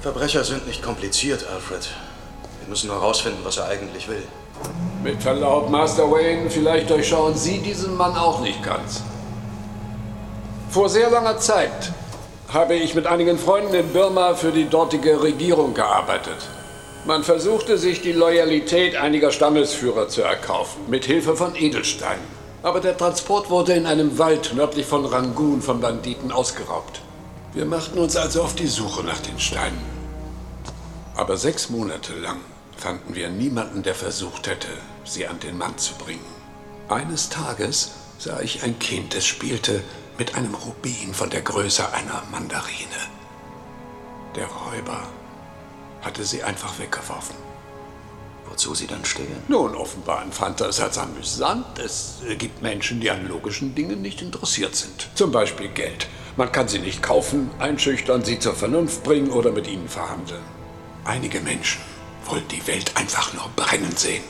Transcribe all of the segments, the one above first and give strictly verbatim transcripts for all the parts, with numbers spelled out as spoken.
Verbrecher sind nicht kompliziert, Alfred. Wir müssen nur herausfinden, was er eigentlich will. Mit Verlaub, Master Wayne, vielleicht durchschauen Sie diesen Mann auch nicht ganz. Vor sehr langer Zeit habe ich mit einigen Freunden in Birma für die dortige Regierung gearbeitet. Man versuchte, sich die Loyalität einiger Stammesführer zu erkaufen, mit Hilfe von Edelsteinen. Aber der Transport wurde in einem Wald nördlich von Rangoon von Banditen ausgeraubt. Wir machten uns also auf die Suche nach den Steinen. Aber sechs Monate lang fanden wir niemanden, der versucht hätte, sie an den Mann zu bringen. Eines Tages sah ich ein Kind, das spielte mit einem Rubin von der Größe einer Mandarine. Der Räuber hatte sie einfach weggeworfen. Wozu sie dann stehen? Nun, offenbar empfand er es als amüsant. Es gibt Menschen, die an logischen Dingen nicht interessiert sind. Zum Beispiel Geld. Man kann sie nicht kaufen, einschüchtern, sie zur Vernunft bringen oder mit ihnen verhandeln. Einige Menschen wollen die Welt einfach nur brennen sehen.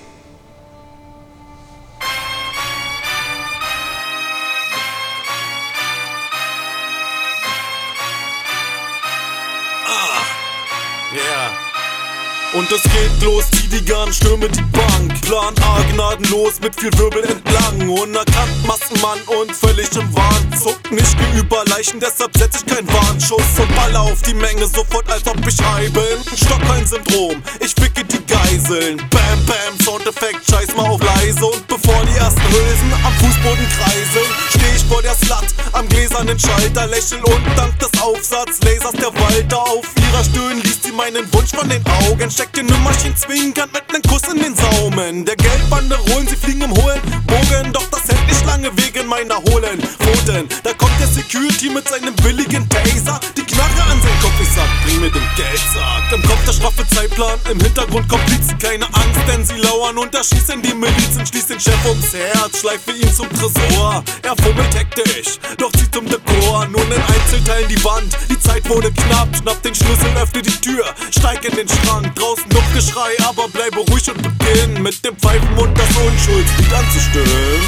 Yeah. Und es geht los, die Gun, stürme die Bank. Plan A, gnadenlos, mit viel Wirbel entlang. Unerkannt, Massenmann und völlig im Wahn. Zuck nicht gegenüber Leichen, deshalb setz ich keinen Warnschuss und baller auf die Menge, sofort als ob ich high bin. Stockholm-Syndrom, ich ficke die Geiseln. Bam, bam, Soundeffekt, scheiß mal auf leise. Und bevor die ersten Hülsen am Fußboden kreiseln, steh ich vor der Slut am gläsernen Schalter. Lächel und dank des Aufsatzlasers der Walter auf ihrer Stirn liest sie meinen Wunsch von den Augen. Steck den Nummerchen zwingend mit nem Kuss in den Saumen. Der Geldbande rollen, sie fliegen im hohen Bogen. Doch das hält nicht lange wegen meiner hohlen Pfoten. Da kommt der Security mit seinem billigen Taser. Die Knarre an seinen Kopf, ich sag, bring mir den Geldsack. Im Kopf der straffe Zeitplan, im Hintergrund Komplizen. Keine Angst, denn sie lauern und erschießen die Milizen. Schließt den Chef ums Herz, schleife ihn zum Tresor. Er fummelt hektisch, doch zieht zum Dekor. Nur in Einzelteilen die Wand, die Zeit wurde knapp. Schnapp den Schlüssel, öffne die Tür, steig in den Schrank. Draußen Luftgeschrei, aber bleibe ruhig und beginn mit dem Pfeifen und das Unschuldslied anzustimmen.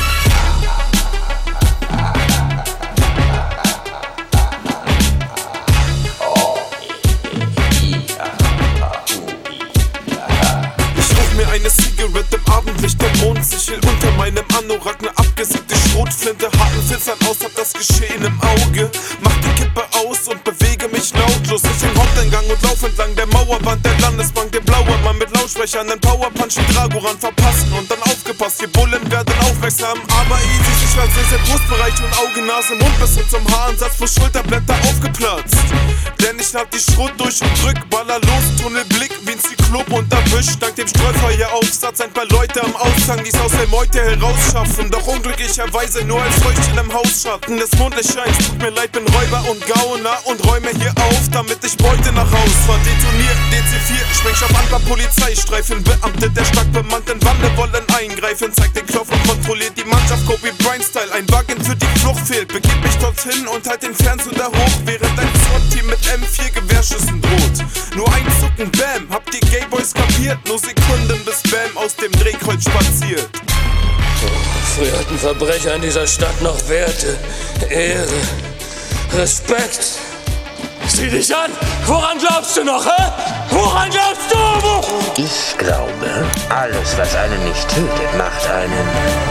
Ich ruf mir eine Zigarette im Abendlicht, der Mondsichel unter meinem Anorak, ne abgesiegte Schrotflinte, harten Filzern aus, hab das Geschehen im Auge. Mach die Kippe aus und bewege mich lautlos durch den Haupteingang und lauf entlang der Mauerwand der Landesbank. Der blaue Mann mit Lautsprechern, einen Powerpunch wie Dragoran verpassen und dann aufgepasst, die Bullen werden aufmerksam. Aber easy, ich war sehr, sehr Brustbereich und Auge, Nase, Mund bis hin zum Haaransatz, wo Schulterblätter aufgeplatzt. Denn ich hab die Schrot durch und drück, baller los, Tunnelblick wie ein Zyklop und erwischt. Dank dem Streufeueraufsatz ein paar Leute am Aushang, die's aus der Meute herausschaffen. Doch unglücklicherweise nur als Leuchten im Hausschatten des Mondlichtscheins. Tut mir leid, bin Räuber und Gauner und räume hier auf, damit ich Beute nach Haus fahr. Detoniert D C vier, Sprengstoff an paar Polizeistreifen. Beamte der stark bemannten Wande wollen eingreifen. Zeigt den Knopf und kontrolliert die Mannschaft, Kobe Bryant-Style. Ein Wagen für die Flucht fehlt, begib mich dorthin und halt den Fernseher hoch, während ein SWAT-Team mit M vier Gewehrschüssen droht. Nur ein Zucken, bam, habt ihr Gayboys kapiert? Nur Sekunden bis Bam aus dem Drehkreuz spaziert. Früher hatten Verbrecher in dieser Stadt noch Werte, Ehre, Respekt. Sieh dich an! Woran glaubst du noch, hä? Woran glaubst du? Wo? Ich glaube, alles, was einen nicht tötet, macht einen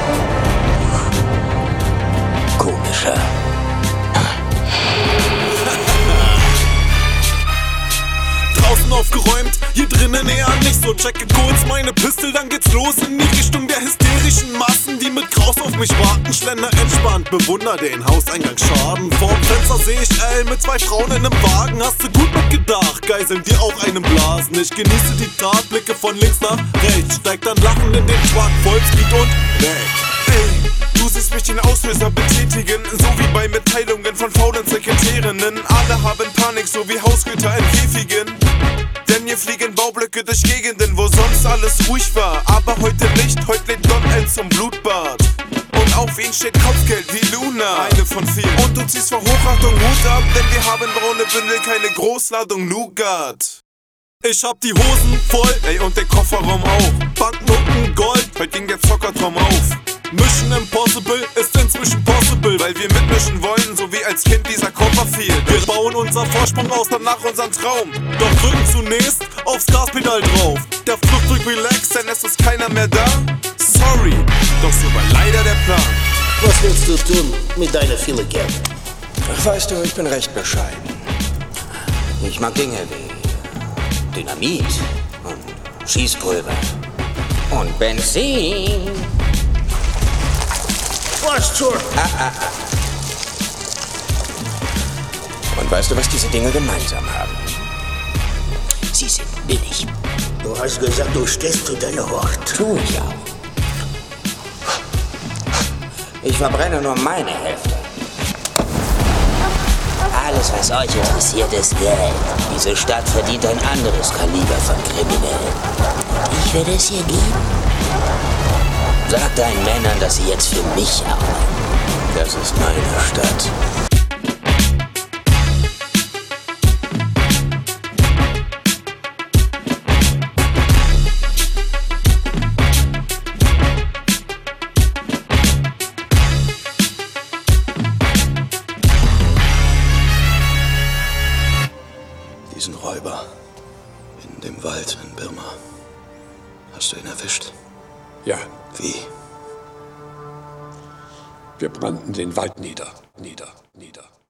komischer. Draußen aufgeräumt, hier drinnen eher nicht so. Checke kurz meine Pistol, dann geht's los in die Richtung der hysterischen Massen, die mit Kraus auf mich warten. Schlender entspannt, bewundere den Hauseingang Schaden. Vorm Fenster seh ich L mit zwei Frauen in nem Wagen. Hast du gut mitgedacht, Geiseln, die auch einen blasen. Ich genieße die Tat, blicke von links nach rechts, steig dann lachend in den Truck, Vollspeed und weg. Ey, du siehst mich den Auslöser betätigen, so wie bei Mitteilungen von faulen Sekretärinnen. Alle haben Panik, so wie Hausgüter in Käfigen. Denn hier fliegen Baublöcke durch Gegenden, wo sonst alles ruhig war. Aber heute nicht, heute lädt Don L zum Blutbad. Und auf ihn steht Kopfgeld wie Luna, eine von vielen. Und du ziehst vor Hochachtung Hut ab, denn wir haben braune Bündel, keine Großladung Nougat. Ich hab die Hosen voll, ey, und den Kofferraum auch. Banknoten Gold, heute ging der Zockertraum auf. Mission Impossible ist inzwischen possible, weil wir mitmischen wollen, so wie als Kind dieser Copperfield. Wir bauen unser Vorsprung aus, danach unseren Traum. Doch drücken zunächst aufs Gaspedal drauf. Der Flugzeug relaxt, denn es ist keiner mehr da. Sorry, doch so war leider der Plan. Was willst du tun mit deiner vielen Geld? Ach, weißt du, ich bin recht bescheiden. Ich mag Dinge wie Dynamit und Schießpulver und Benzin. Was zur... Ah, ah, ah. Und weißt du, was diese Dinge gemeinsam haben? Sie sind billig. Du hast gesagt, du stehst zu deiner Wort. Tu ich auch. Ich verbrenne nur meine Hälfte. Alles, was euch interessiert, ist Geld. Diese Stadt verdient ein anderes Kaliber von Kriminellen. Ich werde es hier geben. Sag deinen Männern, dass sie jetzt für mich arbeiten. Das ist meine Stadt. Diesen Räuber in dem Wald in Birma. Hast du ihn erwischt? Ja, Wie? wir brannten den Wald nieder, nieder, nieder.